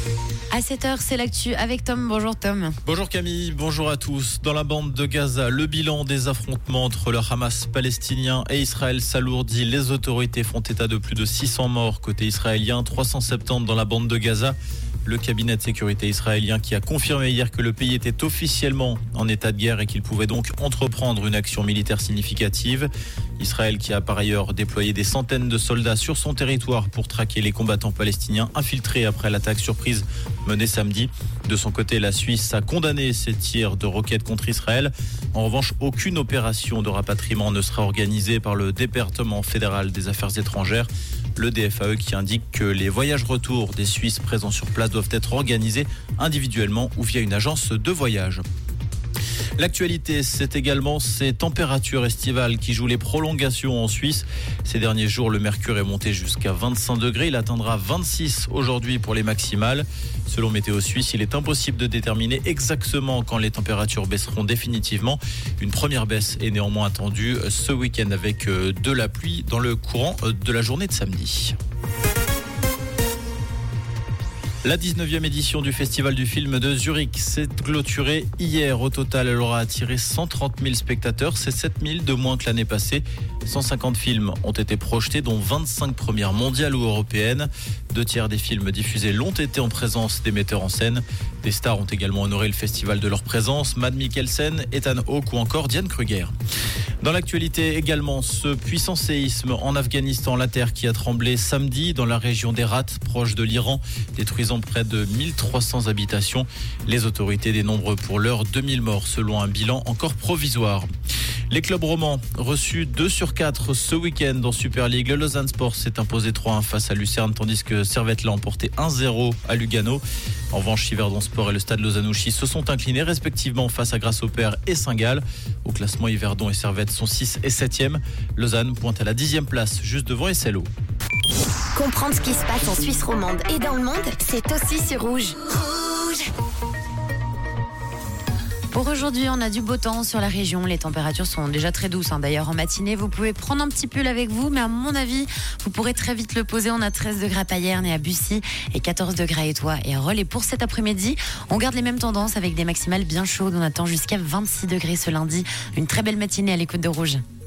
À 7h, c'est l'actu avec Tom. Bonjour Tom. Bonjour Camille, bonjour à tous. Dans la bande de Gaza, le bilan des affrontements entre le Hamas palestinien et Israël s'alourdit. Les autorités font état de plus de 600 morts côté israélien, 370 dans la bande de Gaza. Le cabinet de sécurité israélien qui a confirmé hier que le pays était officiellement en état de guerre et qu'il pouvait donc entreprendre une action militaire significative. Israël qui a par ailleurs déployé des centaines de soldats sur son territoire pour traquer les combattants palestiniens infiltrés après l'attaque surprise menée samedi. De son côté, la Suisse a condamné ces tirs de roquettes contre Israël. En revanche, aucune opération de rapatriement ne sera organisée par le département fédéral des affaires étrangères. Le DFAE qui indique que les voyages retour des Suisses présents sur place doivent être organisés individuellement ou via une agence de voyage. L'actualité, c'est également ces températures estivales qui jouent les prolongations en Suisse. Ces derniers jours, le mercure est monté jusqu'à 25 degrés. Il atteindra 26 aujourd'hui pour les maximales. Selon Météo Suisse, il est impossible de déterminer exactement quand les températures baisseront définitivement. Une première baisse est néanmoins attendue ce week-end avec de la pluie dans le courant de la journée de samedi. La 19e édition du Festival du film de Zurich s'est clôturée hier. Au total, elle aura attiré 130 000 spectateurs. C'est 7 000 de moins que l'année passée. 150 films ont été projetés, dont 25 premières mondiales ou européennes. 2 tiers des films diffusés l'ont été en présence des metteurs en scène. Des stars ont également honoré le festival de leur présence. Mads Mikkelsen, Ethan Hawke ou encore Diane Kruger. Dans l'actualité également, ce puissant séisme en Afghanistan, la terre qui a tremblé samedi dans la région d'Herat, proche de l'Iran, détruisant près de 1300 habitations. Les autorités dénombrent pour l'heure 2000 morts selon un bilan encore provisoire. Les clubs romans reçus 2 sur 4 ce week-end en Super League. Le Lausanne Sport s'est imposé 3-1 face à Lucerne, tandis que Servette l'a emporté 1-0 à Lugano. En revanche, Yverdon Sport et le Stade Lausanne-Ouchy se sont inclinés respectivement face à Grasshopper et Saint-Gall. Au classement, Yverdon et Servette sont 6 et 7e. Lausanne pointe à la 10e place, juste devant SLO. Comprendre ce qui se passe en Suisse romande et dans le monde, c'est aussi sur Rouge. Pour aujourd'hui, on a du beau temps sur la région. Les températures sont déjà très douces. D'ailleurs, en matinée, vous pouvez prendre un petit pull avec vous. Mais à mon avis, vous pourrez très vite le poser. On a 13 degrés à Payerne et à Bussy et 14 degrés à Étoile et à Rolle. Et pour cet après-midi, on garde les mêmes tendances avec des maximales bien chaudes. On attend jusqu'à 26 degrés ce lundi. Une très belle matinée à l'écoute de Rouge.